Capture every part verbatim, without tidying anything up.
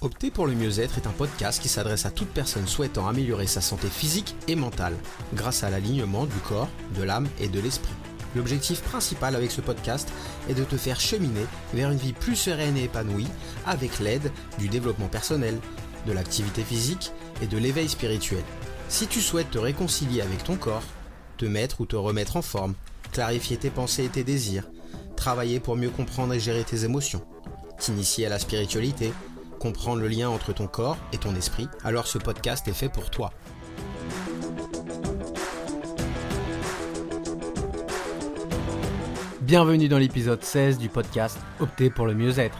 Opter pour le mieux-être est un podcast qui s'adresse à toute personne souhaitant améliorer sa santé physique et mentale, grâce à l'alignement du corps, de l'âme et de l'esprit. L'objectif principal avec ce podcast est de te faire cheminer vers une vie plus sereine et épanouie avec l'aide du développement personnel, de l'activité physique et de l'éveil spirituel. Si tu souhaites te réconcilier avec ton corps, te mettre ou te remettre en forme, clarifier tes pensées et tes désirs, travailler pour mieux comprendre et gérer tes émotions, t'initier à la spiritualité, comprendre le lien entre ton corps et ton esprit, alors ce podcast est fait pour toi. Bienvenue dans l'épisode seize du podcast Opter pour le mieux-être.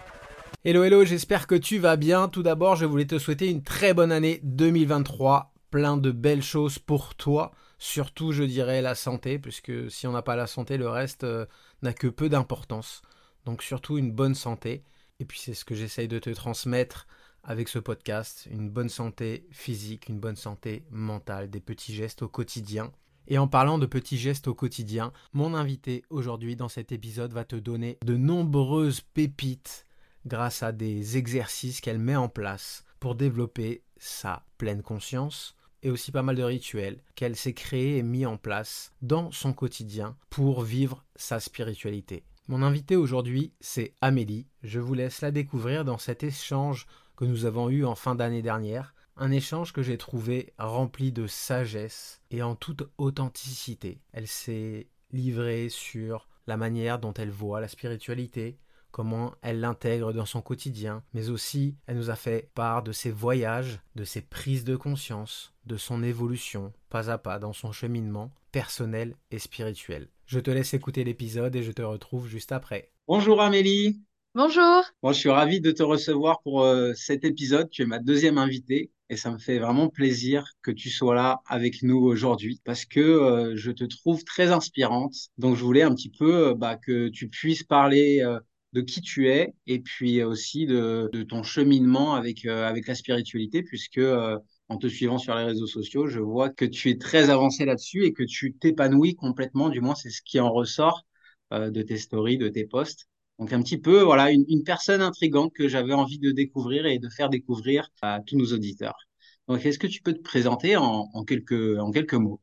Hello hello, j'espère que tu vas bien. Tout d'abord, je voulais te souhaiter une très bonne année deux mille vingt-trois, plein de belles choses pour toi, surtout je dirais la santé, puisque si on n'a pas la santé, le reste euh, n'a que peu d'importance. Donc surtout une bonne santé. Et puis c'est ce que j'essaye de te transmettre avec ce podcast, une bonne santé physique, une bonne santé mentale, des petits gestes au quotidien. Et en parlant de petits gestes au quotidien, mon invité aujourd'hui dans cet épisode va te donner de nombreuses pépites grâce à des exercices qu'elle met en place pour développer sa pleine conscience et aussi pas mal de rituels qu'elle s'est créés et mis en place dans son quotidien pour vivre sa spiritualité. Mon invité aujourd'hui, c'est Amélie. Je vous laisse la découvrir dans cet échange que nous avons eu en fin d'année dernière. Un échange que j'ai trouvé rempli de sagesse et en toute authenticité. Elle s'est livrée sur la manière dont elle voit la spiritualité, comment elle l'intègre dans son quotidien, mais aussi elle nous a fait part de ses voyages, de ses prises de conscience, de son évolution, pas à pas dans son cheminement personnel et spirituel. Je te laisse écouter l'épisode et je te retrouve juste après. Bonjour Amélie. Bonjour. Bon, je suis ravi de te recevoir pour euh, cet épisode. Tu es ma deuxième invitée et ça me fait vraiment plaisir que tu sois là avec nous aujourd'hui parce que euh, je te trouve très inspirante. Donc, je voulais un petit peu euh, bah, que tu puisses parler euh, de qui tu es et puis aussi de, de ton cheminement avec, euh, avec la spiritualité puisque euh, en te suivant sur les réseaux sociaux, je vois que tu es très avancé là-dessus et que tu t'épanouis complètement. Du moins, c'est ce qui en ressort euh, de tes stories, de tes posts. Donc un petit peu, voilà, une, une personne intrigante que j'avais envie de découvrir et de faire découvrir à tous nos auditeurs. Donc, est-ce que tu peux te présenter en, en quelques, en quelques mots?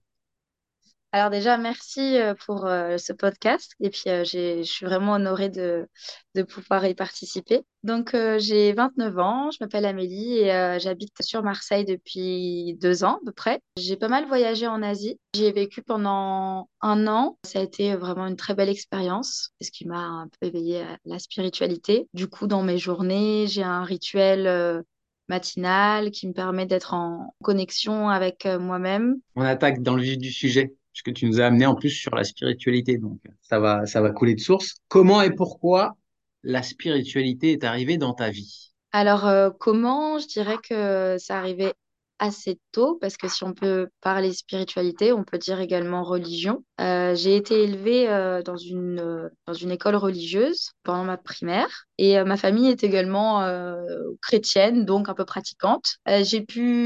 Alors déjà, merci euh, pour euh, ce podcast. Et puis, euh, j'ai, je suis vraiment honorée de, de pouvoir y participer. Donc, euh, j'ai vingt-neuf ans, je m'appelle Amélie et euh, j'habite sur Marseille depuis deux ans à peu près. J'ai pas mal voyagé en Asie. J'y ai vécu pendant un an. Ça a été vraiment une très belle expérience, ce qui m'a un peu éveillée à la spiritualité. Du coup, dans mes journées, j'ai un rituel euh, matinal qui me permet d'être en connexion avec euh, moi-même. On attaque dans le vif du sujet, puisque tu nous as amené en plus sur la spiritualité. Donc, ça va, ça va couler de source. Comment et pourquoi la spiritualité est arrivée dans ta vie? Alors, euh, comment? Je dirais que ça arrivait assez tôt, parce que si on peut parler spiritualité, on peut dire également religion. Euh, j'ai été élevée euh, dans une, euh, dans une école religieuse pendant ma primaire, et euh, ma famille est également euh, chrétienne, donc un peu pratiquante. Euh, j'ai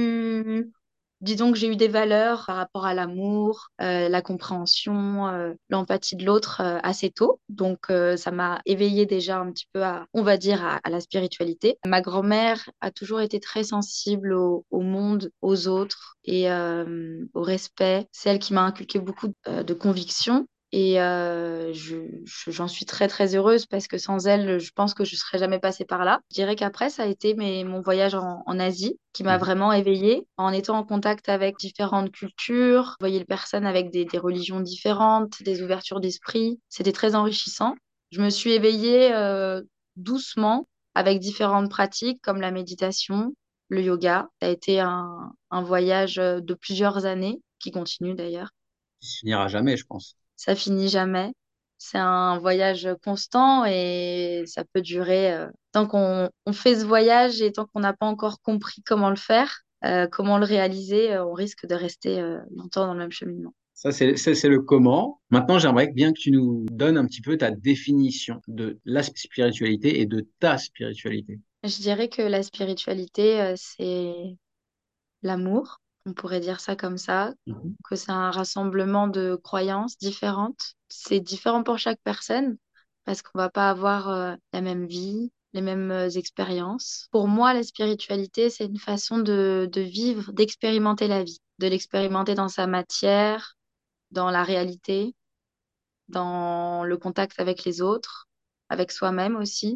pu Disons que j'ai eu des valeurs par rapport à l'amour, euh, la compréhension, euh, l'empathie de l'autre euh, assez tôt. Donc, euh, ça m'a éveillée déjà un petit peu à, on va dire, à, à la spiritualité. Ma grand-mère a toujours été très sensible au, au monde, aux autres et euh, au respect. C'est elle qui m'a inculqué beaucoup euh, de convictions. Et euh, je, je- j'en suis très très heureuse parce que sans elle, je pense que je serais jamais passée par là. Je dirais qu'après, ça a été mes, mon voyage en, en Asie qui m'a Mhm. vraiment éveillée en étant en contact avec différentes cultures, voyez les personnes avec des, des religions différentes, des ouvertures d'esprit. C'était très enrichissant. Je me suis éveillée euh, doucement avec différentes pratiques comme la méditation, le yoga. Ça a été un, un voyage euh, de plusieurs années qui continue d'ailleurs. Qui se finira jamais, je pense. Ça finit jamais. C'est un voyage constant et ça peut durer euh, tant qu'on on fait ce voyage et tant qu'on n'a pas encore compris comment le faire, euh, comment le réaliser, euh, on risque de rester euh, longtemps dans le même cheminement. Ça, c'est, ça, c'est le comment. Maintenant, j'aimerais bien que tu nous donnes un petit peu ta définition de la spiritualité et de ta spiritualité. Je dirais que la spiritualité, euh, c'est l'amour, on pourrait dire ça comme ça, Mhm. que c'est un rassemblement de croyances différentes. C'est différent pour chaque personne parce qu'on va pas avoir euh, la même vie, les mêmes euh, expériences. Pour moi, la spiritualité, c'est une façon de, de vivre, d'expérimenter la vie, de l'expérimenter dans sa matière, dans la réalité, dans le contact avec les autres, avec soi-même aussi.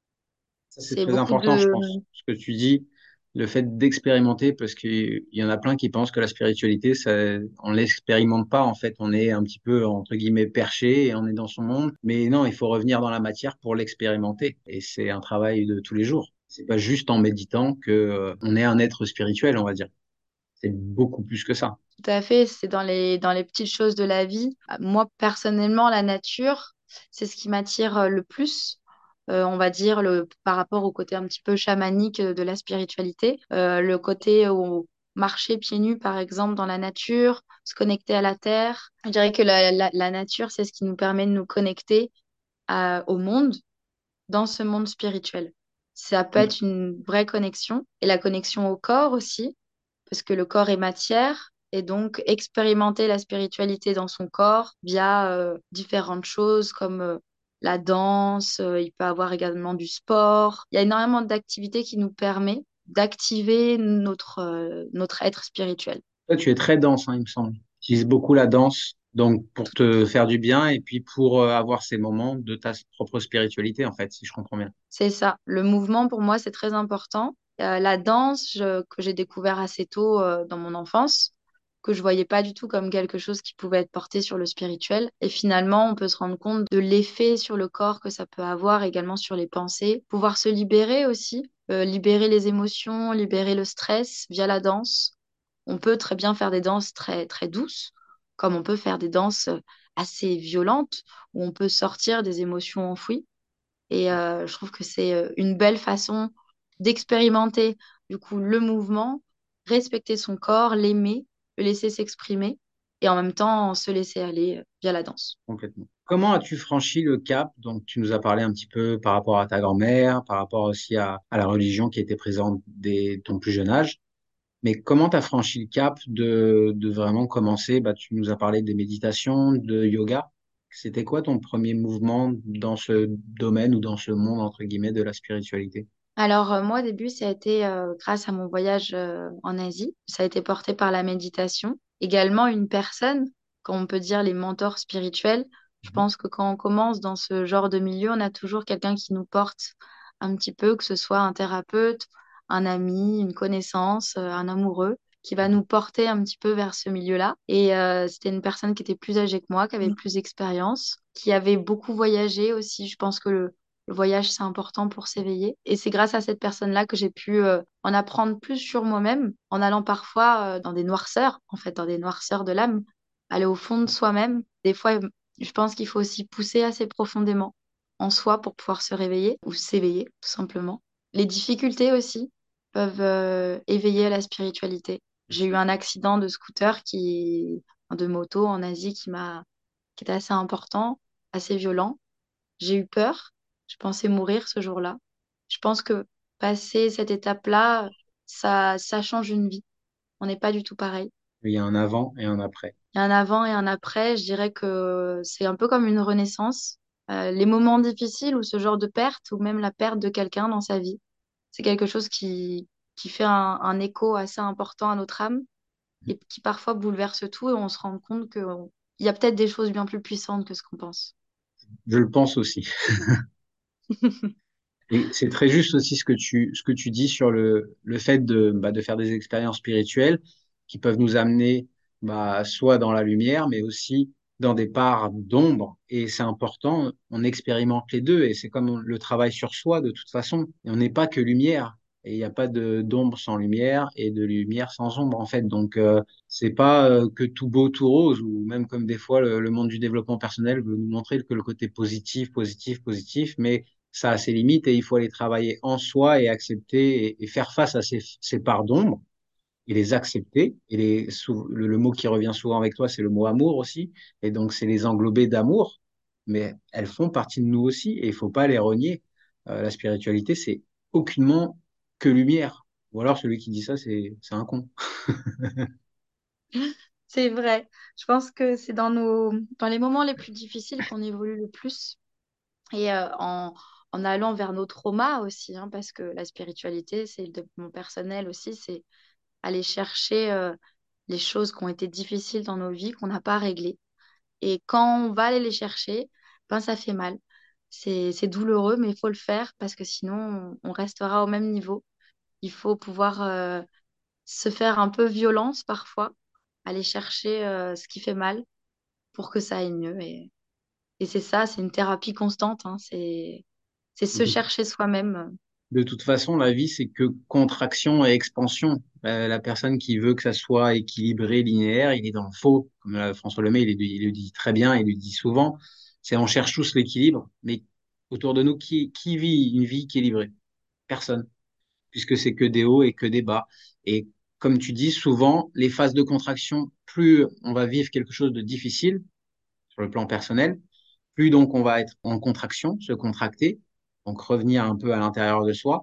Ça, c'est C'est très beaucoup important, je de... pense, ce que tu dis, le fait d'expérimenter, parce qu'il y en a plein qui pensent que la spiritualité, ça, on l'expérimente pas, en fait, on est un petit peu, entre guillemets, perché et on est dans son monde. Mais non, il faut revenir dans la matière pour l'expérimenter. Et c'est un travail de tous les jours. C'est pas juste en méditant que, euh, on est un être spirituel, on va dire. C'est beaucoup plus que ça. Tout à fait, c'est dans les, dans les petites choses de la vie. Euh, Moi, personnellement, la nature, c'est ce qui m'attire euh, le plus. Euh, on va dire le, par rapport au côté un petit peu chamanique euh, de la spiritualité. Euh, le côté où marcher pieds nus, par exemple, dans la nature, se connecter à la terre. Je dirais que la, la, la nature, c'est ce qui nous permet de nous connecter à- au monde, dans ce monde spirituel. Ça peut être une vraie connexion et la connexion au corps aussi parce que le corps est matière, et donc expérimenter la spiritualité dans son corps via euh, différentes choses comme euh, la danse, euh, il peut avoir également du sport. Il y a énormément d'activités qui nous permettent d'activer notre, euh, notre être spirituel. Toi, tu es très dense, hein, il me semble. Tu utilises beaucoup la danse, donc pour te faire du bien et puis pour euh, avoir ces moments de ta propre spiritualité, en fait, si je comprends bien. C'est ça. Le mouvement, pour moi, c'est très important. Euh, la danse, je- que j'ai découvert assez tôt euh, dans mon enfance, que je voyais pas du tout comme quelque chose qui pouvait être porté sur le spirituel. Et finalement, on peut se rendre compte de l'effet sur le corps que ça peut avoir, également sur les pensées. Pouvoir se libérer aussi, euh, libérer les émotions, libérer le stress via la danse. On peut très bien faire des danses très, très douces, comme on peut faire des danses euh, assez violentes, où on peut sortir des émotions enfouies. Et euh, je trouve que c'est euh, une belle façon d'expérimenter du coup le mouvement, respecter son corps, l'aimer, le laisser s'exprimer et en même temps se laisser aller euh, via la danse. Complètement. Comment as-tu franchi le cap? Donc, tu nous as parlé un petit peu par rapport à ta grand-mère, par rapport aussi à, à la religion qui était présente dès ton plus jeune âge. Mais comment tu as franchi le cap de, de vraiment commencer? Bah, tu nous as parlé des méditations, de yoga. C'était quoi ton premier mouvement dans ce domaine ou dans ce monde, entre guillemets, de la spiritualité? Alors euh, moi au début ça a été euh, grâce à mon voyage euh, en Asie, ça a été porté par la méditation. Également une personne, comme on peut dire les mentors spirituels, je Mhm. pense que quand on commence dans ce genre de milieu, on a toujours quelqu'un qui nous porte un petit peu, que ce soit un thérapeute, un ami, une connaissance, euh, un amoureux, qui va nous porter un petit peu vers ce milieu-là. Et euh, c'était une personne qui était plus âgée que moi, qui avait plus d'expérience, qui avait beaucoup voyagé aussi. Je pense que le le voyage, c'est important pour s'éveiller. Et c'est grâce à cette personne-là que j'ai pu euh, en apprendre plus sur moi-même, en allant parfois euh, dans des noirceurs, en fait, dans des noirceurs de l'âme, aller au fond de soi-même. Des fois, euh, je pense qu'il faut aussi pousser assez profondément en soi pour pouvoir se réveiller ou s'éveiller, tout simplement. Les difficultés aussi peuvent euh, éveiller à la spiritualité. J'ai eu un accident de scooter qui, de moto en Asie qui m'a, qui était assez important, assez violent. J'ai eu peur. Je pensais mourir ce jour-là. Je pense que passer cette étape-là, ça, ça change une vie. On n'est pas du tout pareil. Il y a un avant et un après. Il y a un avant et un après. Je dirais que c'est un peu comme une renaissance. Euh, les moments difficiles ou ce genre de perte, ou même la perte de quelqu'un dans sa vie, c'est quelque chose qui, qui fait un, un écho assez important à notre âme et qui parfois bouleverse tout et on se rend compte qu'il y a peut-être des choses bien plus puissantes que ce qu'on pense. Je le pense aussi. Et c'est très juste aussi ce que tu, ce que tu dis sur le, le fait de, bah, de faire des expériences spirituelles qui peuvent nous amener bah, soit dans la lumière, mais aussi dans des parts d'ombre. Et c'est important, on expérimente les deux. Et c'est comme le travail sur soi de toute façon. Et on n'est pas que lumière. Et il n'y a pas de d'ombre sans lumière et de lumière sans ombre, en fait. Donc, euh, c'est pas euh, que tout beau, tout rose, ou même comme des fois le, le monde du développement personnel veut nous montrer que le côté positif, positif, positif, mais ça a ses limites et il faut aller travailler en soi et accepter et, et faire face à ces, ces parts d'ombre et les accepter. Et les, sou- le, le mot qui revient souvent avec toi, c'est le mot amour aussi. Et donc, c'est les englober d'amour, mais elles font partie de nous aussi et il faut pas les renier. Euh, la spiritualité, c'est aucunement que lumière. Ou alors, celui qui dit ça, c'est, c'est un con. C'est vrai. Je pense que c'est dans nos, dans les moments les plus difficiles qu'on évolue le plus. Et euh, en, en allant vers nos traumas aussi, hein, parce que la spiritualité, c'est le développement personnel aussi, c'est aller chercher euh, les choses qui ont été difficiles dans nos vies, qu'on n'a pas réglées. Et quand on va aller les chercher, ben, ça fait mal. C'est, c'est douloureux, mais il faut le faire parce que sinon, on, on restera au même niveau. Il faut pouvoir euh, se faire un peu violence parfois, aller chercher euh, ce qui fait mal pour que ça aille mieux. Et, et c'est ça, c'est une thérapie constante, hein, c'est, c'est se De, chercher soi-même. de toute façon, la vie, c'est que contraction et expansion. Euh, la personne qui veut que ça soit équilibré, linéaire, il est dans le faux. Comme euh, François Lemay, il, il le dit très bien, il le dit souvent. C'est on cherche tous l'équilibre, mais autour de nous, qui, qui vit une vie équilibrée? Personne, puisque c'est que des hauts et que des bas. Et comme tu dis, souvent, les phases de contraction, plus on va vivre quelque chose de difficile sur le plan personnel, plus donc on va être en contraction, se contracter, donc revenir un peu à l'intérieur de soi,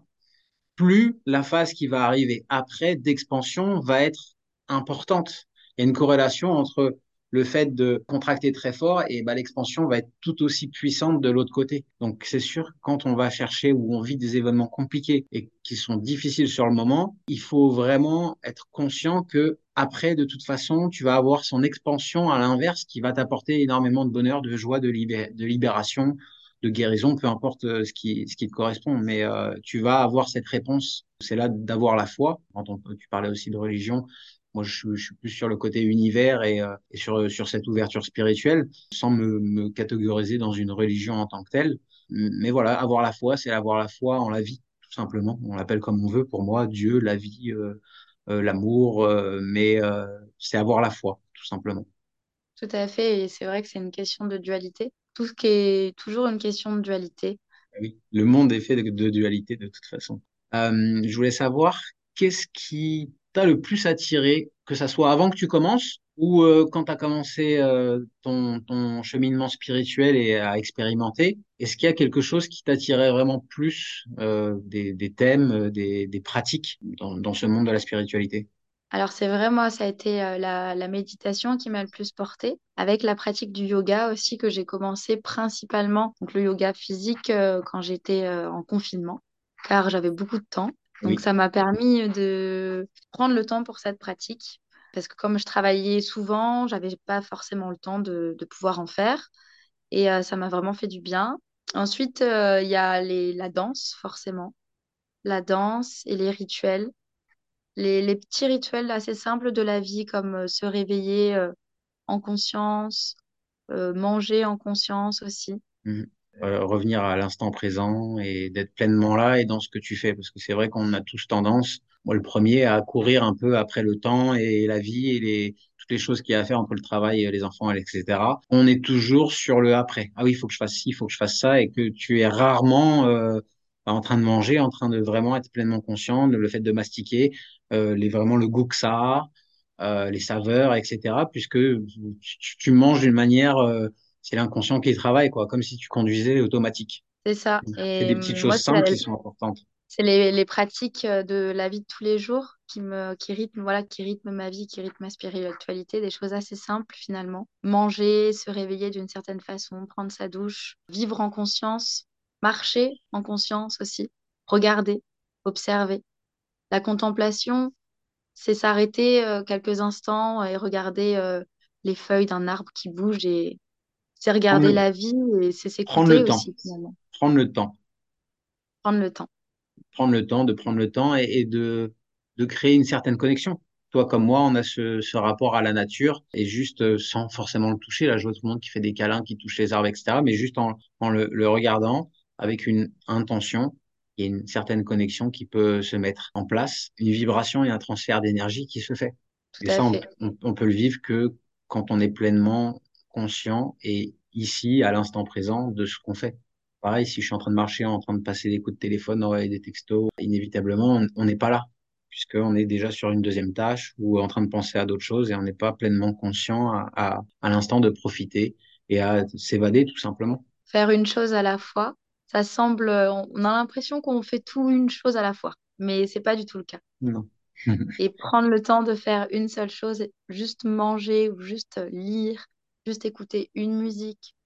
plus la phase qui va arriver après d'expansion va être importante. Il y a une corrélation entre le fait de contracter très fort et bah, l'expansion va être tout aussi puissante de l'autre côté. Donc c'est sûr, quand on va chercher ou on vit des événements compliqués et qui sont difficiles sur le moment, il faut vraiment être conscient que après, de toute façon, tu vas avoir son expansion à l'inverse qui va t'apporter énormément de bonheur, de joie, de, libé de libération, de guérison, peu importe euh, ce qui, ce qui te correspond, mais euh, tu vas avoir cette réponse. C'est là d'avoir la foi. Quand on, tu parlais aussi de religion, moi je, suis- je suis plus sur le côté univers et, euh, et sur, sur cette ouverture spirituelle, sans me, me catégoriser dans une religion en tant que telle. Mais voilà, avoir la foi, c'est avoir la foi en la vie, tout simplement. On l'appelle comme on veut. Pour moi, Dieu, la vie, euh, euh, l'amour, euh, mais euh, c'est avoir la foi, tout simplement. Tout à fait, et c'est vrai que c'est une question de dualité. Tout ce qui est toujours une question de dualité. Oui, le monde est fait de, de dualité de toute façon. Euh, je voulais savoir, qu'est-ce qui t'a le plus attiré, que ça soit avant que tu commences ou euh, quand tu as commencé euh, ton, ton cheminement spirituel et à expérimenter, est-ce qu'il y a quelque chose qui t'attirait vraiment plus euh, des, des thèmes, euh, des, des pratiques dans, dans ce monde de la spiritualité? Alors c'est vrai, moi, ça a été euh, la, la méditation qui m'a le plus portée, avec la pratique du yoga aussi que j'ai commencé principalement, donc le yoga physique euh, quand j'étais euh, en confinement, car j'avais beaucoup de temps. Donc Oui. ça m'a permis de prendre le temps pour cette pratique, parce que comme je travaillais souvent, j'avais pas forcément le temps de, de pouvoir en faire, et euh, ça m'a vraiment fait du bien. Ensuite, euh, il y a les, la danse, forcément, la danse et les rituels. Les, les petits rituels assez simples de la vie, comme euh, se réveiller euh, en conscience, euh, manger en conscience aussi. Mhm. Euh, revenir à l'instant présent et d'être pleinement là et dans ce que tu fais. Parce que c'est vrai qu'on a tous tendance, moi le premier, à courir un peu après le temps et la vie et les, toutes les choses qu'il y a à faire entre le travail, et les enfants, et cetera. On est toujours sur le après. Ah oui, il faut que je fasse ci, il faut que je fasse ça et que tu es rarement euh, en train de manger, en train de vraiment être pleinement conscient de le fait de mastiquer, euh, les, vraiment le goût que ça a, euh, les saveurs, et cetera. Puisque tu, tu manges d'une manière... euh, c'est l'inconscient qui travaille, quoi, comme si tu conduisais automatique. C'est ça. C'est Et des petites euh, choses moi, c'est simples la- qui sont importantes. c'est les, les pratiques euh, de la vie de tous les jours qui me, qui rythment, voilà, qui rythment ma vie, qui rythment ma spiritualité, des choses assez simples finalement. Manger, se réveiller d'une certaine façon, prendre sa douche, vivre en conscience, marcher en conscience aussi, regarder, observer. La contemplation, c'est s'arrêter euh, quelques instants et regarder euh, les feuilles d'un arbre qui bouge et c'est Prendre regarder le, la vie et c'est prendre s'écouter le temps. aussi finalement, Prendre le temps. prendre le temps. Prendre le temps de prendre le temps et, et de, de créer une certaine connexion. Toi comme moi, on a ce, ce rapport à la nature et juste euh, sans forcément le toucher. Là, je vois tout le monde qui fait des câlins, qui touche les arbres, et cetera. Mais juste en, en le, le regardant avec une intention, il y a une certaine connexion qui peut se mettre en place, une vibration et un transfert d'énergie qui se fait. Et Tout à ça, on, fait. on, on peut le vivre que quand on est pleinement conscient et ici, à l'instant présent, de ce qu'on fait. Pareil, si je suis en train de marcher, en train de passer des coups de téléphone, d'envoyer des textos, inévitablement, on on n'est pas là, puisqu'on est déjà sur une deuxième tâche ou en train de penser à d'autres choses et on n'est pas pleinement conscient à, à, à l'instant de profiter et à s'évader tout simplement. Faire une chose à la fois, ça semble, on on a l'impression qu'on fait tout une chose à la fois, mais c'est pas du tout le cas. Non. Et prendre le temps de faire une seule chose, juste manger ou juste lire, juste écouter une musique,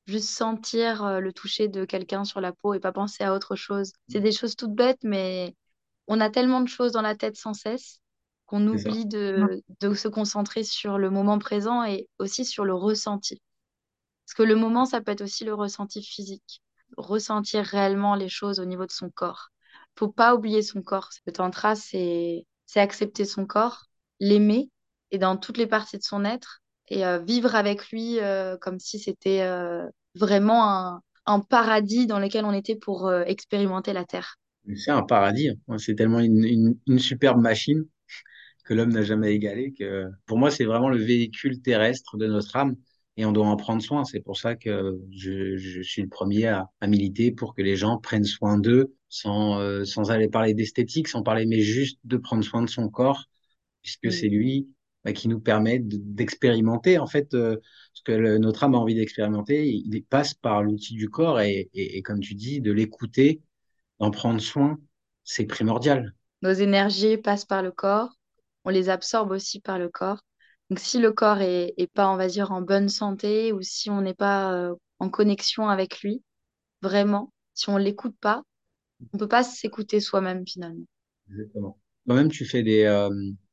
juste sentir euh, le toucher de quelqu'un sur la peau et pas penser à autre chose. C'est des choses toutes bêtes, mais on a tellement de choses dans la tête sans cesse qu'on C'est ça. oublie de, de se concentrer sur le moment présent et aussi sur le ressenti. Parce que le moment, ça peut être aussi le ressenti physique, ressentir réellement les choses au niveau de son corps. Faut pas oublier son corps. Le tantra, c'est c'est accepter son corps, l'aimer et dans toutes les parties de son être et euh, vivre avec lui euh, comme si c'était euh, vraiment un, un paradis dans lequel on était pour euh, expérimenter la terre. C'est un paradis, hein. C'est tellement une, une, une superbe machine que l'homme n'a jamais égalé, que pour moi, c'est vraiment le véhicule terrestre de notre âme et on doit en prendre soin. C'est pour ça que je, je suis le premier à, à militer pour que les gens prennent soin d'eux sans, euh, sans aller parler d'esthétique, sans parler, mais juste de prendre soin de son corps, puisque c'est Mm. lui bah, qui nous permet de- d'expérimenter en fait euh, ce que le- notre âme a envie d'expérimenter. Il passe par l'outil du corps et, et, et comme tu dis, de l'écouter, d'en prendre soin, c'est primordial. Nos énergies passent par le corps, on les absorbe aussi par le corps. Donc si le corps est, est pas, on va dire, en bonne santé ou si on n'est pas euh, en connexion avec lui, vraiment, si on l'écoute pas, on peut pas s'écouter soi-même finalement. Exactement. Toi-même, tu fais des, euh,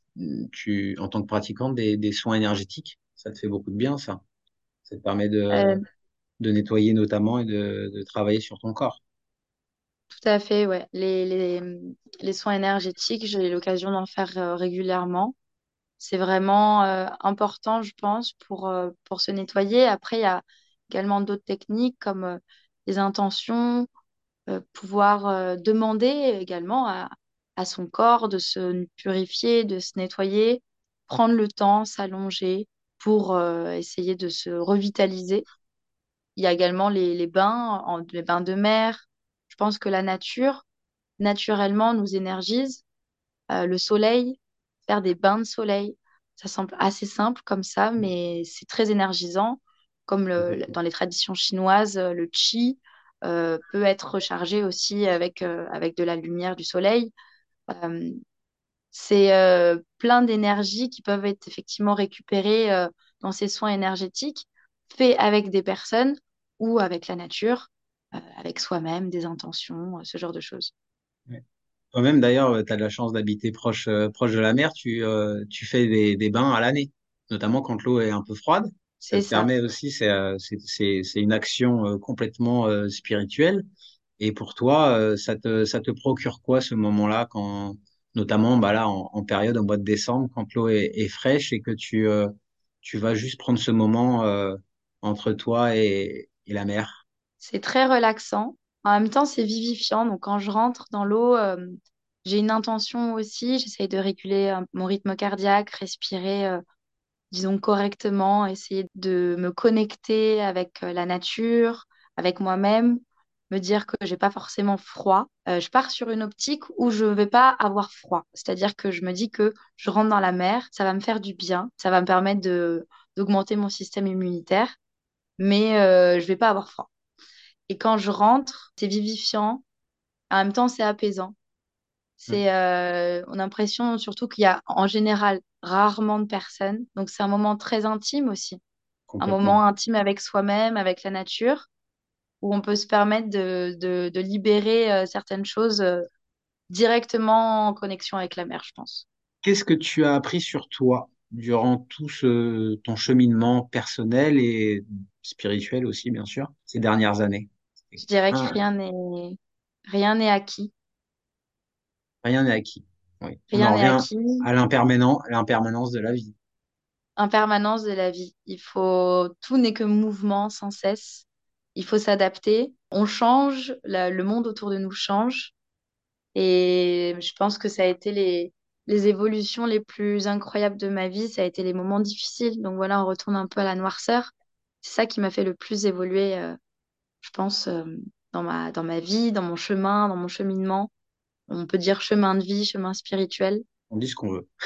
tu, en tant que pratiquante, des, des soins énergétiques. Ça te fait beaucoup de bien, ça. Ça te permet de, Euh, de nettoyer notamment et de, de travailler sur ton corps. Tout à fait, ouais. Les, les, les soins énergétiques, j'ai l'occasion d'en faire euh, régulièrement. C'est vraiment euh, important, je pense, pour, euh, pour se nettoyer. Après, il y a également d'autres techniques comme euh, les intentions, euh, pouvoir euh, demander également à, à son corps de se purifier, de se nettoyer, prendre le temps, s'allonger pour euh, essayer de se revitaliser. Il y a également les, les bains, en- les bains de mer. Je pense que la nature, naturellement, nous énergise. Euh, le soleil, faire des bains de soleil, ça semble assez simple comme ça, mais c'est très énergisant. Comme le- dans les traditions chinoises, euh, le qi euh, peut être rechargé aussi avec, euh, avec de la lumière du soleil. Euh, c'est euh, plein d'énergie qui peuvent être effectivement récupérées euh, dans ces soins énergétiques, faits avec des personnes ou avec la nature, euh, avec soi-même, des intentions, euh, ce genre de choses. Ouais. Toi-même, d'ailleurs, tu as de la chance d'habiter proche, euh, proche de la mer. Tu, euh, tu fais des, des bains à l'année, notamment quand l'eau est un peu froide. Ça C'est te ça. permet aussi, c'est euh, c'est, c'est, c'est une action euh, complètement euh, spirituelle. Et pour toi, euh, ça te, ça te procure quoi ce moment-là, quand, notamment bah là, en, en période, au mois de décembre, quand l'eau est, est fraîche et que tu, euh, tu vas juste prendre ce moment euh, entre toi et, et la mer. C'est très relaxant. En même temps, c'est vivifiant. Donc, quand je rentre dans l'eau, euh, j'ai une intention aussi. J'essaye de réguler euh, mon rythme cardiaque, respirer, euh, disons, correctement, essayer de me connecter avec euh, la nature, avec moi-même, me dire que j'ai pas forcément froid. Euh, je pars sur une optique où je ne vais pas avoir froid. C'est-à-dire que je me dis que je rentre dans la mer, ça va me faire du bien, ça va me permettre de, d'augmenter mon système immunitaire, mais euh, je vais pas avoir froid. Et quand je rentre, c'est vivifiant. En même temps, c'est apaisant. Ouais, C'est, euh, on a l'impression surtout qu'il y a en général rarement de personnes. Donc, c'est un moment très intime aussi. Un complètement. moment intime avec soi-même, avec la nature, où on peut se permettre de, de, de libérer euh, certaines choses euh, directement en connexion avec la mer, je pense. Qu'est-ce que tu as appris sur toi durant tout ce, ton cheminement personnel et spirituel aussi, bien sûr, ces dernières années? Je dirais que Un, rien n'est rien n'est acquis. rien n'est acquis. Oui. On Rien en n'est revient acquis. à l'impermanent, à l'impermanence de la vie. Impermanence de la vie. Il faut, tout n'est que mouvement sans cesse. Il faut s'adapter. On change, la- le monde autour de nous change. Et je pense que ça a été les, les évolutions les plus incroyables de ma vie. Ça a été les moments difficiles. Donc voilà, on retourne un peu à la noirceur. C'est ça qui m'a fait le plus évoluer, euh, je pense, euh, dans ma, dans ma vie, dans mon chemin, dans mon cheminement. On peut dire chemin de vie, chemin spirituel. On dit ce qu'on veut.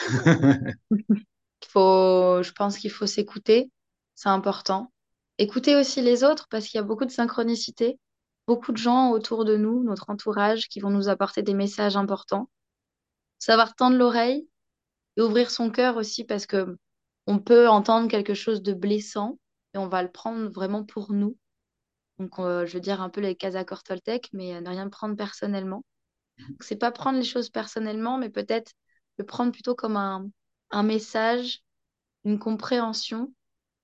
Il faut, je pense qu'il faut s'écouter, c'est important. Écouter aussi les autres parce qu'il y a beaucoup de synchronicité, beaucoup de gens autour de nous, notre entourage, qui vont nous apporter des messages importants. Savoir tendre l'oreille et ouvrir son cœur aussi parce que on peut entendre quelque chose de blessant et on va le prendre vraiment pour nous. Donc, euh, je veux dire un peu les cases accords Toltec, mais euh, ne rien prendre personnellement. Donc, c'est pas prendre les choses personnellement, mais peut-être le prendre plutôt comme un, un message, une compréhension.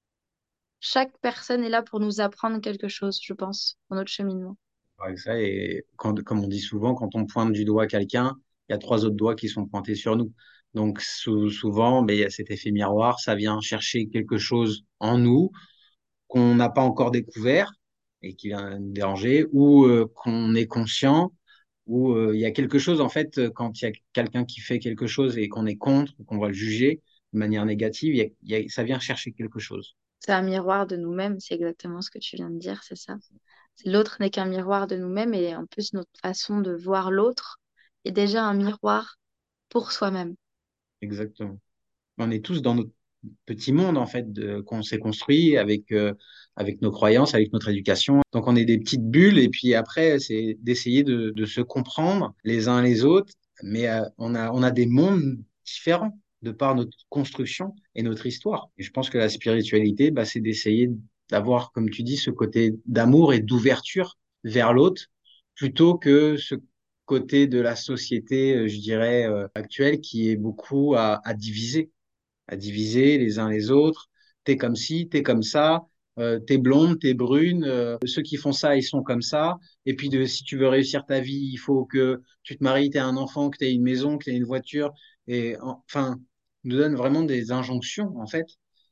Chaque personne est là pour nous apprendre quelque chose, je pense, dans notre cheminement. Avec ça, et quand, comme on dit souvent, quand on pointe du doigt quelqu'un, il y a trois autres doigts qui sont pointés sur nous. Donc sou- souvent, ben, il y a cet effet miroir, ça vient chercher quelque chose en nous qu'on n'a pas encore découvert et qui vient nous déranger, ou euh, qu'on est conscient, ou euh, il y a quelque chose, en fait, euh, quand il y a quelqu'un qui fait quelque chose et qu'on est contre, ou qu'on va le juger de manière négative, il y a- il y a- ça vient chercher quelque chose. C'est un miroir de nous-mêmes, c'est exactement ce que tu viens de dire, c'est ça. C'est l'autre n'est qu'un miroir de nous-mêmes et en plus notre façon de voir l'autre est déjà un miroir pour soi-même. Exactement. On est tous dans notre petit monde, en fait, de- qu'on s'est construit avec, euh, avec nos croyances, avec notre éducation. Donc, on est des petites bulles et puis après, c'est d'essayer de, de se comprendre les uns les autres, mais euh, on a, on a des mondes différents de par notre construction et notre histoire. Et je pense que la spiritualité, bah, c'est d'essayer d'avoir, comme tu dis, ce côté d'amour et d'ouverture vers l'autre, plutôt que ce côté de la société, euh, je dirais, euh, actuelle, qui est beaucoup à, à diviser à diviser les uns les autres. T'es comme ci, t'es comme ça, euh, t'es blonde, t'es brune, euh, ceux qui font ça, ils sont comme ça. Et puis, de, si tu veux réussir ta vie, il faut que tu te maries, t'aies un enfant, que t'aies une maison, que t'aies une voiture. Et enfin, nous donne vraiment des injonctions, en fait,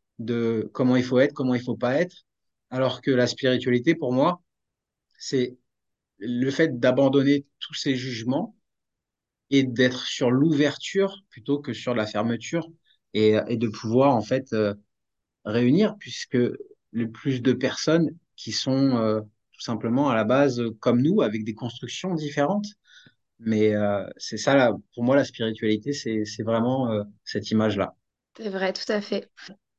de comment il faut être, comment il faut pas être. Alors que la spiritualité, pour moi, c'est le fait d'abandonner tous ces jugements et d'être sur l'ouverture plutôt que sur la fermeture et, et de pouvoir en fait euh, réunir puisque le plus de personnes qui sont euh, tout simplement à la base euh, comme nous avec des constructions différentes. Mais euh, c'est ça, là, pour moi, la spiritualité, c'est, c'est vraiment euh, cette image-là. C'est vrai, tout à fait.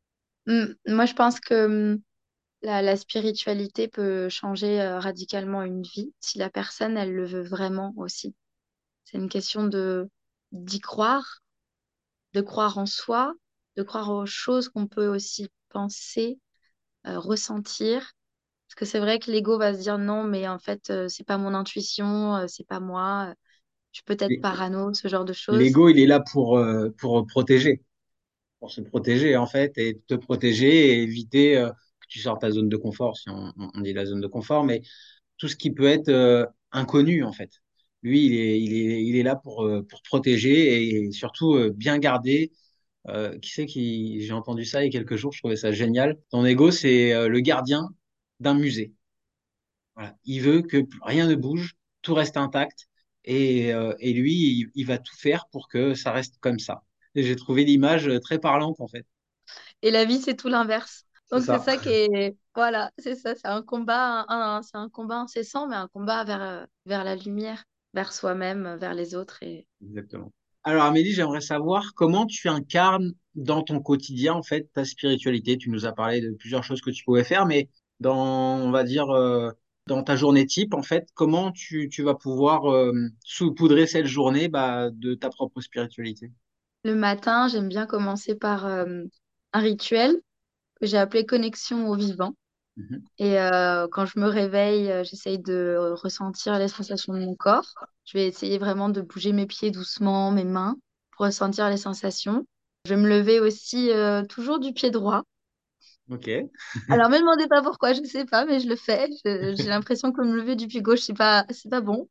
Hum, Moi, je pense que hum, la, la spiritualité peut changer euh, radicalement une vie si la personne, elle le veut vraiment aussi. C'est une question de d'y croire, de croire en soi, de croire aux choses qu'on peut aussi penser, euh, ressentir. Parce que c'est vrai que l'ego va se dire non, mais en fait, euh, c'est pas mon intuition, euh, c'est pas moi, euh, je suis peut-être Et parano, ce genre de choses. l'ego, il est là pour, euh, pour protéger, pour se protéger en fait, et te protéger et éviter euh, que tu sortes ta zone de confort, si on, on dit la zone de confort, mais tout ce qui peut être euh, inconnu en fait. Lui, il est, il est, il est là pour, euh, pour protéger et surtout euh, bien garder. Euh, qui c'est qui, j'ai entendu ça il y a quelques jours, je trouvais ça génial. Ton ego, c'est euh, le gardien d'un musée. Voilà. Il veut que rien ne bouge, tout reste intact et, euh, et lui, il, il va tout faire pour que ça reste comme ça. Et j'ai trouvé l'image euh, très parlante en fait. Et la vie, c'est tout l'inverse. C'est Donc c'est ça. ça qui est, voilà, c'est ça, c'est un combat, un- un- c'est un combat incessant, mais un combat vers, euh, vers la lumière, vers soi-même, vers les autres. Et Exactement. Alors Amélie, j'aimerais savoir comment tu incarnes dans ton quotidien en fait ta spiritualité. Tu nous as parlé de plusieurs choses que tu pouvais faire, mais dans, on va dire, euh, dans ta journée type, en fait, comment tu, tu vas pouvoir euh, saupoudrer cette journée bah, de ta propre spiritualité? le matin, j'aime bien commencer par euh, un rituel que j'ai appelé connexion au vivant. Mhm. Et euh, quand je me réveille, euh, j'essaye de ressentir les sensations de mon corps. Je vais essayer vraiment de bouger mes pieds doucement, mes mains, pour ressentir les sensations. Je vais me lever aussi euh, toujours du pied droit. Ok. Alors, me demandez pas pourquoi, je sais pas, mais je le fais. Je- J'ai l'impression que me lever du pied gauche, c'est pas, c'est pas bon.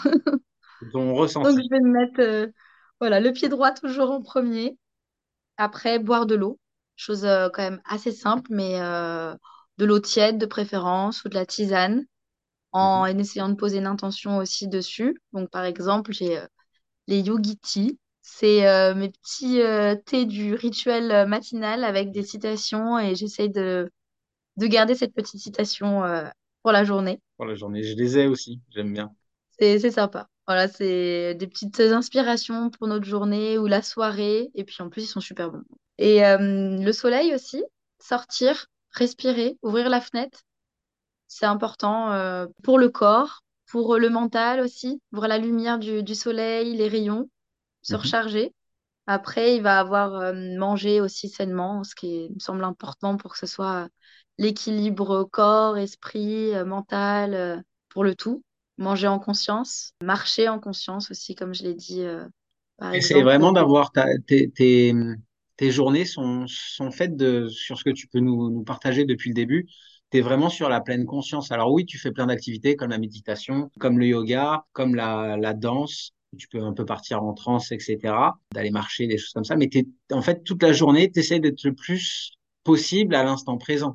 Ton Donc, ressenti. je vais me mettre euh, voilà, le pied droit toujours en premier. Après, boire de l'eau. Chose euh, quand même assez simple, mais euh, de l'eau tiède de préférence ou de la tisane en Mhm. essayant de poser une intention aussi dessus. Donc, par exemple, j'ai euh, les yogis. C'est euh, mes petits euh, thés du rituel euh, matinal avec des citations et j'essaye de, de garder cette petite citation euh, pour la journée. Pour la journée, je les ai aussi, j'aime bien. C'est, c'est sympa. Voilà, c'est des petites inspirations pour notre journée ou la soirée. Et puis en plus, ils sont super bons. Et euh, le soleil aussi, sortir, respirer, ouvrir la fenêtre. C'est important euh, pour le corps, pour le mental aussi, voir la lumière du, du soleil, les rayons, se Mhm. recharger. Après, il va avoir euh, mangé aussi sainement, ce qui est- me semble important pour que ce soit l'équilibre corps, esprit, euh, mental, euh, pour le tout. Manger en conscience, marcher en conscience aussi, comme je l'ai dit, euh, par Essaye exemple. vraiment d'avoir ta- tes, tes, tes journées sont, sont faites de, sur ce que tu peux nous, nous partager depuis le début. Tu es vraiment sur la pleine conscience. Alors oui, tu fais plein d'activités comme la méditation, comme le yoga, comme la, la danse. Tu peux un peu partir en transe, et cetera. D'aller marcher, des choses comme ça. Mais t'es, en fait, toute la journée, tu essaies d'être le plus possible à l'instant présent.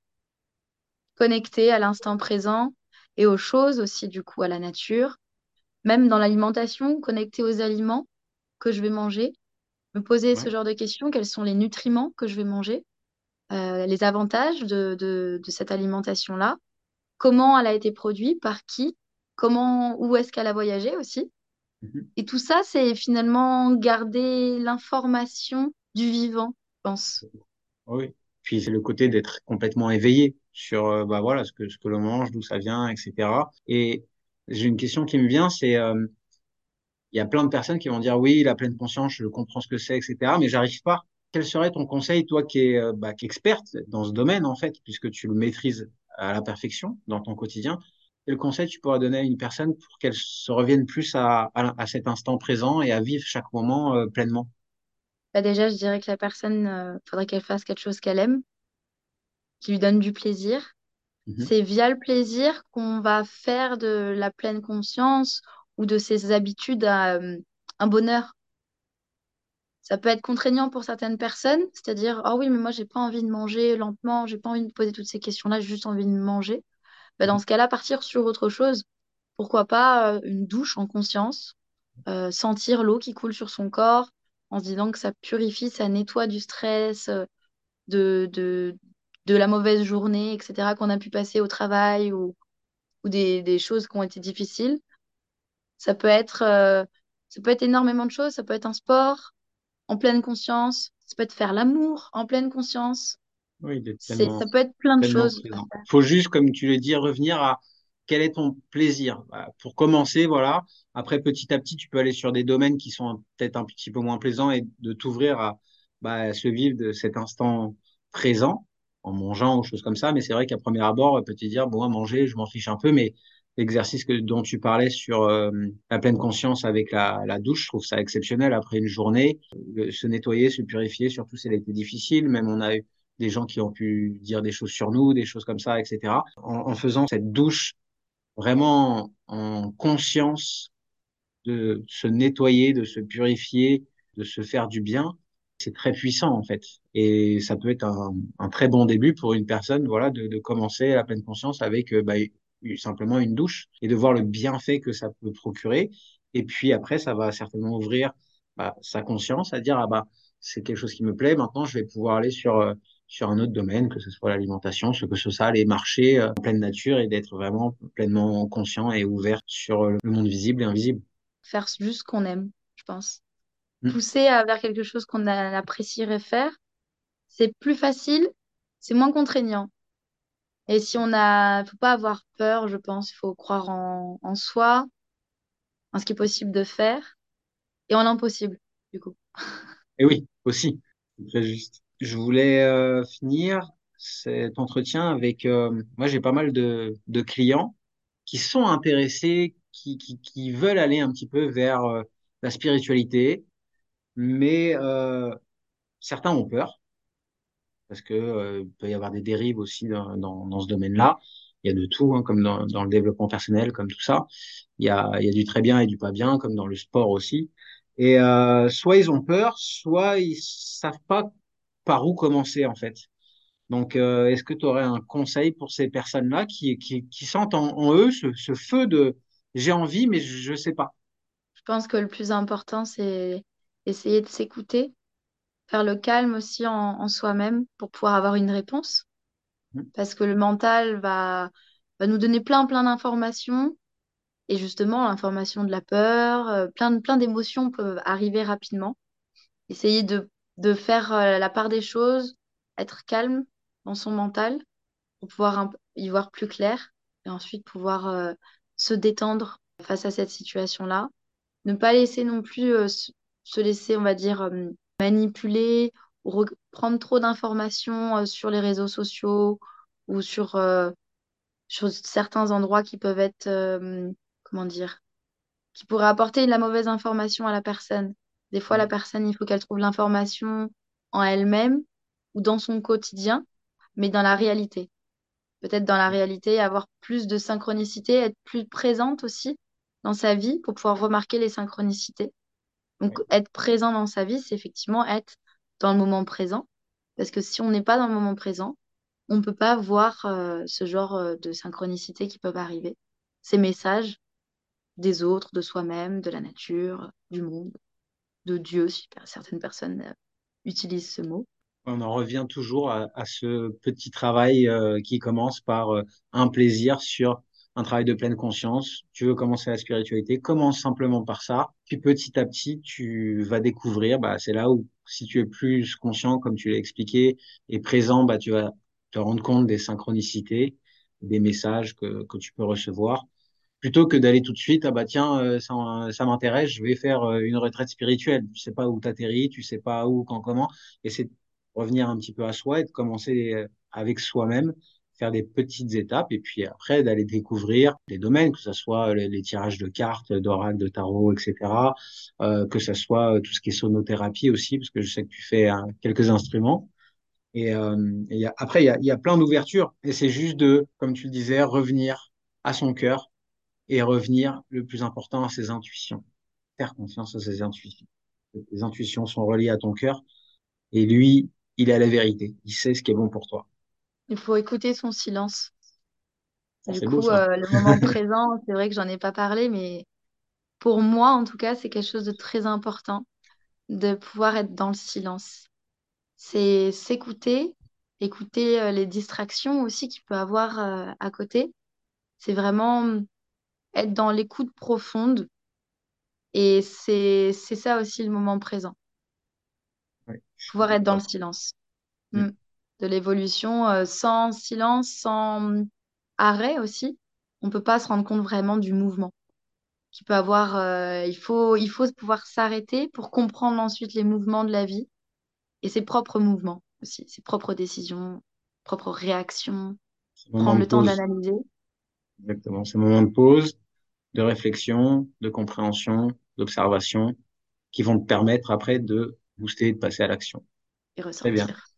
Connecté à l'instant présent et aux choses aussi, du coup, à la nature. Même dans l'alimentation, connecté aux aliments que je vais manger. Me poser ce Ouais. genre de questions, quels sont les nutriments que je vais manger, euh, les avantages de, de, de cette alimentation-là, comment elle a été produite, par qui, comment, où est-ce qu'elle a voyagé aussi. Mhm. Et tout ça, c'est finalement garder l'information du vivant, je pense. Oui. Puis c'est le côté d'être complètement éveillé sur euh, bah voilà ce que ce que l'on mange, d'où ça vient, et cetera. Et j'ai une question qui me vient, c'est euh, il y a plein de personnes qui vont dire oui, la pleine conscience, je comprends ce que c'est, et cetera. Mais j'arrive pas. Quel serait ton conseil, toi qui es, euh, bah, qui es experte dans ce domaine en fait, puisque tu le maîtrises à la perfection dans ton quotidien? Quel conseil tu pourrais donner à une personne pour qu'elle se revienne plus à, à, à cet instant présent et à vivre chaque moment euh, pleinement? Bah déjà, je dirais que la personne, euh, faudrait qu'elle fasse quelque chose qu'elle aime, qui lui donne du plaisir. Mhm. C'est via le plaisir qu'on va faire de la pleine conscience ou de ses habitudes à, euh, un bonheur. Ça peut être contraignant pour certaines personnes, c'est-à-dire, ah oui, mais moi, j'ai pas envie de manger lentement, j'ai pas envie de poser toutes ces questions-là, j'ai juste envie de manger. Bah, dans ce cas-là, partir sur autre chose. Pourquoi pas euh, une douche en conscience, euh, sentir l'eau qui coule sur son corps, en se disant que ça purifie, ça nettoie du stress, euh, de, de, de la mauvaise journée, et cetera, qu'on a pu passer au travail ou, ou des, des choses qui ont été difficiles. Ça peut être, euh, ça peut être énormément de choses, ça peut être un sport en pleine conscience, ça peut être faire l'amour en pleine conscience. Oui, d'être C'est, pleinement, ça peut être plein de pleinement choses à présent. faire. Faut juste, comme tu le dis, revenir à quel est ton plaisir. Bah, pour commencer, voilà. Après, petit à petit, tu peux aller sur des domaines qui sont peut-être un petit peu moins plaisants et de t'ouvrir à bah, se vivre de cet instant présent en mangeant ou choses comme ça. Mais c'est vrai qu'à premier abord, peut te dire, bon, à manger, je m'en fiche un peu, mais l'exercice que, dont tu parlais sur euh, la pleine conscience avec la, la douche, je trouve ça exceptionnel après une journée. Le- se nettoyer, se purifier, surtout si elle a été difficile. Même on a eu des gens qui ont pu dire des choses sur nous, des choses comme ça, et cetera. En, en faisant cette douche vraiment en conscience de se nettoyer, de se purifier, de se faire du bien, c'est très puissant en fait. Et ça peut être un, un très bon début pour une personne, voilà, de, de commencer à la pleine conscience avec euh, bah, simplement une douche et de voir le bienfait que ça peut procurer. Et puis après, ça va certainement ouvrir bah, sa conscience à dire, ah bah, c'est quelque chose qui me plaît, maintenant je vais pouvoir aller sur, euh, sur un autre domaine, que ce soit l'alimentation, ce que ce soit aller marcher euh, en pleine nature et d'être vraiment pleinement conscient et ouvert sur euh, le monde visible et invisible. Faire juste ce qu'on aime, je pense. Mm. Pousser à- vers quelque chose qu'on a- apprécierait faire, c'est plus facile, c'est moins contraignant. Et si on a, faut pas avoir peur, je pense, il faut croire en, en soi, en ce qui est possible de faire et en l'impossible, du coup. Et oui, aussi, c'est très juste. Je voulais euh, finir cet entretien avec, euh, moi j'ai pas mal de, de clients qui sont intéressés, qui, qui, qui veulent aller un petit peu vers euh, la spiritualité, mais euh, certains ont peur parce que euh, il peut y avoir des dérives aussi dans, dans, dans ce domaine-là. Il y a de tout, hein, comme dans, dans le développement personnel, comme tout ça. Il y a, il y a du très bien et du pas bien, comme dans le sport aussi. Et euh, soit ils ont peur, soit ils savent pas par où commencer en fait. Donc, euh, est-ce que tu aurais un conseil pour ces personnes-là qui, qui, qui sentent en, en eux ce, ce feu de j'ai envie, mais je ne sais pas. Je pense que le plus important, c'est essayer de s'écouter, faire le calme aussi en, en soi-même pour pouvoir avoir une réponse. Mhm. Parce que le mental va, va nous donner plein, plein d'informations. Et justement, l'information de la peur, euh, plein, de- plein d'émotions peuvent arriver rapidement. Essayer de, de faire euh, la part des choses, être calme dans son mental pour pouvoir un p- y voir plus clair et ensuite pouvoir euh, se détendre face à cette situation-là. Ne pas laisser non plus euh, s- se laisser, on va dire, euh, manipuler ou re- prendre trop d'informations euh, sur les réseaux sociaux ou sur, euh, sur certains endroits qui peuvent être, euh, comment dire, qui pourraient apporter de la mauvaise information à la personne. Des fois, la personne, il faut qu'elle trouve l'information en elle-même ou dans son quotidien, mais dans la réalité. Peut-être dans la réalité, avoir plus de synchronicité, être plus présente aussi dans sa vie pour pouvoir remarquer les synchronicités. Donc, Oui. être présent dans sa vie, c'est effectivement être dans le moment présent. Parce que si on n'est pas dans le moment présent, on ne peut pas voir euh, ce genre euh, de synchronicité qui peuvent arriver. Ces messages des autres, de soi-même, de la nature, du monde, de Dieu, si per- certaines personnes euh, utilisent ce mot. On en revient toujours à, à ce petit travail euh, qui commence par euh, un plaisir sur un travail de pleine conscience. Tu veux commencer la spiritualité, commence simplement par ça. Puis petit à petit, tu vas découvrir, bah, c'est là où si tu es plus conscient, comme tu l'as expliqué, et présent, bah, tu vas te rendre compte des synchronicités, des messages que, que tu peux recevoir. Plutôt que d'aller tout de suite, ah bah tiens, euh, ça, ça m'intéresse, je vais faire euh, une retraite spirituelle. Tu sais pas où t'atterris, tu sais pas où, quand, comment. Et c'est de revenir un petit peu à soi et de commencer euh, avec soi-même, faire des petites étapes et puis après d'aller découvrir des domaines, que ce soit les, les tirages de cartes, d'oracle, de tarot, et cetera. Euh, que ce soit euh, tout ce qui est sonothérapie aussi, parce que je sais que tu fais euh, quelques instruments. Et, euh, et y a- après, il y a, il y a plein d'ouvertures. Et c'est juste de, comme tu le disais, revenir à son cœur et revenir, le plus important, à ses intuitions. Faire confiance à ses intuitions. Les intuitions sont reliées à ton cœur et lui, il a la vérité. Il sait ce qui est bon pour toi. Il faut écouter son silence. Ça, Du c'est beau, coup, ça. euh, le moment présent, c'est vrai que j'en ai pas parlé, mais pour moi, en tout cas, c'est quelque chose de très important de pouvoir être dans le silence. C'est s'écouter, écouter euh, les distractions aussi qu'il peut avoir euh, à côté. C'est vraiment être dans l'écoute profonde et c'est c'est ça aussi le moment présent. Oui, je suis Pouvoir être dans le d'accord. silence. Mm. Mm. De l'évolution euh, sans silence, sans arrêt aussi. On peut pas se rendre compte vraiment du mouvement qu'il peut avoir. euh, il faut, il faut pouvoir s'arrêter pour comprendre ensuite les mouvements de la vie et ses propres mouvements aussi, ses propres décisions, propres réactions, C'est un moment prendre de le temps pause. d'analyser Exactement. C'est un moment de pause, de réflexion, de compréhension, d'observation, qui vont te permettre après de booster et de passer à l'action. et Très bien. ressentir.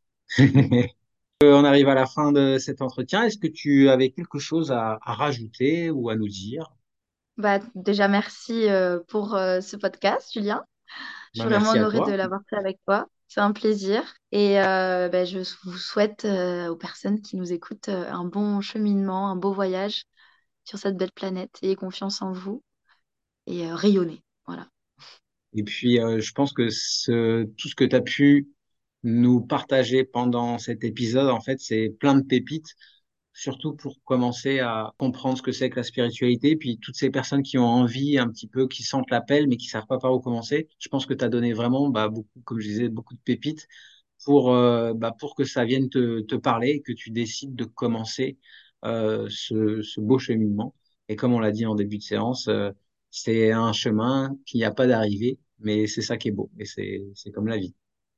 Euh, On arrive à la fin de cet entretien. Est-ce que tu avais quelque chose à, à rajouter ou à nous dire? Bah, déjà, merci euh, pour euh, ce podcast, Julien. Je suis Ben, vraiment merci à honorée de toi. l'avoir fait avec toi. C'est un plaisir. Et euh, bah, je vous souhaite euh, aux personnes qui nous écoutent euh, un bon cheminement, un beau voyage sur cette belle planète. Ayez confiance en vous et euh, rayonnez. Voilà. Et puis, euh, je pense que ce, tout ce que tu as pu nous partager pendant cet épisode, en fait, c'est plein de pépites, surtout pour commencer à comprendre ce que c'est que la spiritualité. Puis, toutes ces personnes qui ont envie un petit peu, qui sentent l'appel, mais qui savent pas par où commencer, je pense que tu as donné vraiment, bah, beaucoup, comme je disais, beaucoup de pépites pour, euh, bah, pour que ça vienne te, te parler et que tu décides de commencer euh, ce, ce beau cheminement. Et comme on l'a dit en début de séance, euh, c'est un chemin qui n'y a pas d'arrivée, mais c'est ça qui est beau. Et c'est, c'est comme la vie.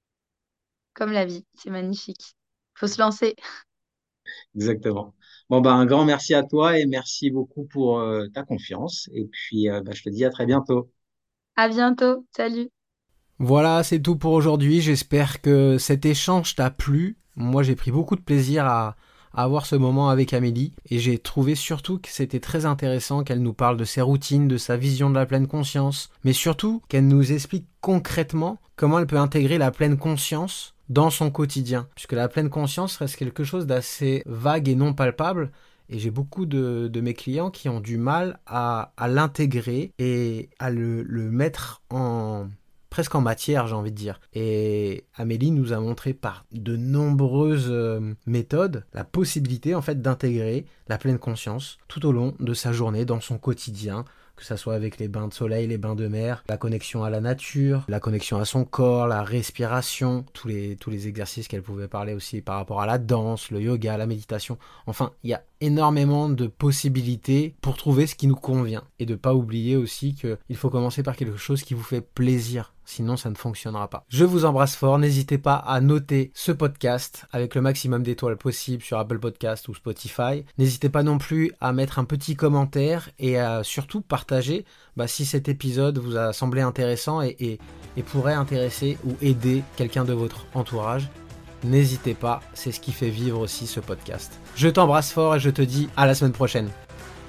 Comme la vie, c'est magnifique. Faut se lancer. Exactement. Bon, bah, un grand merci à toi et merci beaucoup pour euh, ta confiance. Et puis, euh, bah, je te dis à très bientôt. À bientôt. Salut. Voilà, c'est tout pour aujourd'hui. J'espère que cet échange t'a plu. Moi, j'ai pris beaucoup de plaisir à, à avoir ce moment avec Amélie et j'ai trouvé surtout que c'était très intéressant qu'elle nous parle de ses routines, de sa vision de la pleine conscience, mais surtout qu'elle nous explique concrètement comment elle peut intégrer la pleine conscience dans son quotidien, puisque la pleine conscience reste quelque chose d'assez vague et non palpable. Et j'ai beaucoup de, de mes clients qui ont du mal à, à l'intégrer et à le, le mettre en, presque en matière, j'ai envie de dire. Et Amélie nous a montré par de nombreuses euh, méthodes la possibilité en fait d'intégrer la pleine conscience tout au long de sa journée, dans son quotidien, que ça soit avec les bains de soleil, les bains de mer, la connexion à la nature, la connexion à son corps, la respiration, tous les, tous les exercices qu'elle pouvait parler aussi par rapport à la danse, le yoga, la méditation. Enfin, il y a énormément de possibilités pour trouver ce qui nous convient. Et de ne pas oublier aussi qu'il faut commencer par quelque chose qui vous fait plaisir. sinon ça ne fonctionnera pas. Je vous embrasse fort, n'hésitez pas à noter ce podcast avec le maximum d'étoiles possible sur Apple Podcast ou Spotify. N'hésitez pas non plus à mettre un petit commentaire et à surtout partager bah, si cet épisode vous a semblé intéressant et, et, et pourrait intéresser ou aider quelqu'un de votre entourage. N'hésitez pas, c'est ce qui fait vivre aussi ce podcast. Je t'embrasse fort et je te dis à la semaine prochaine.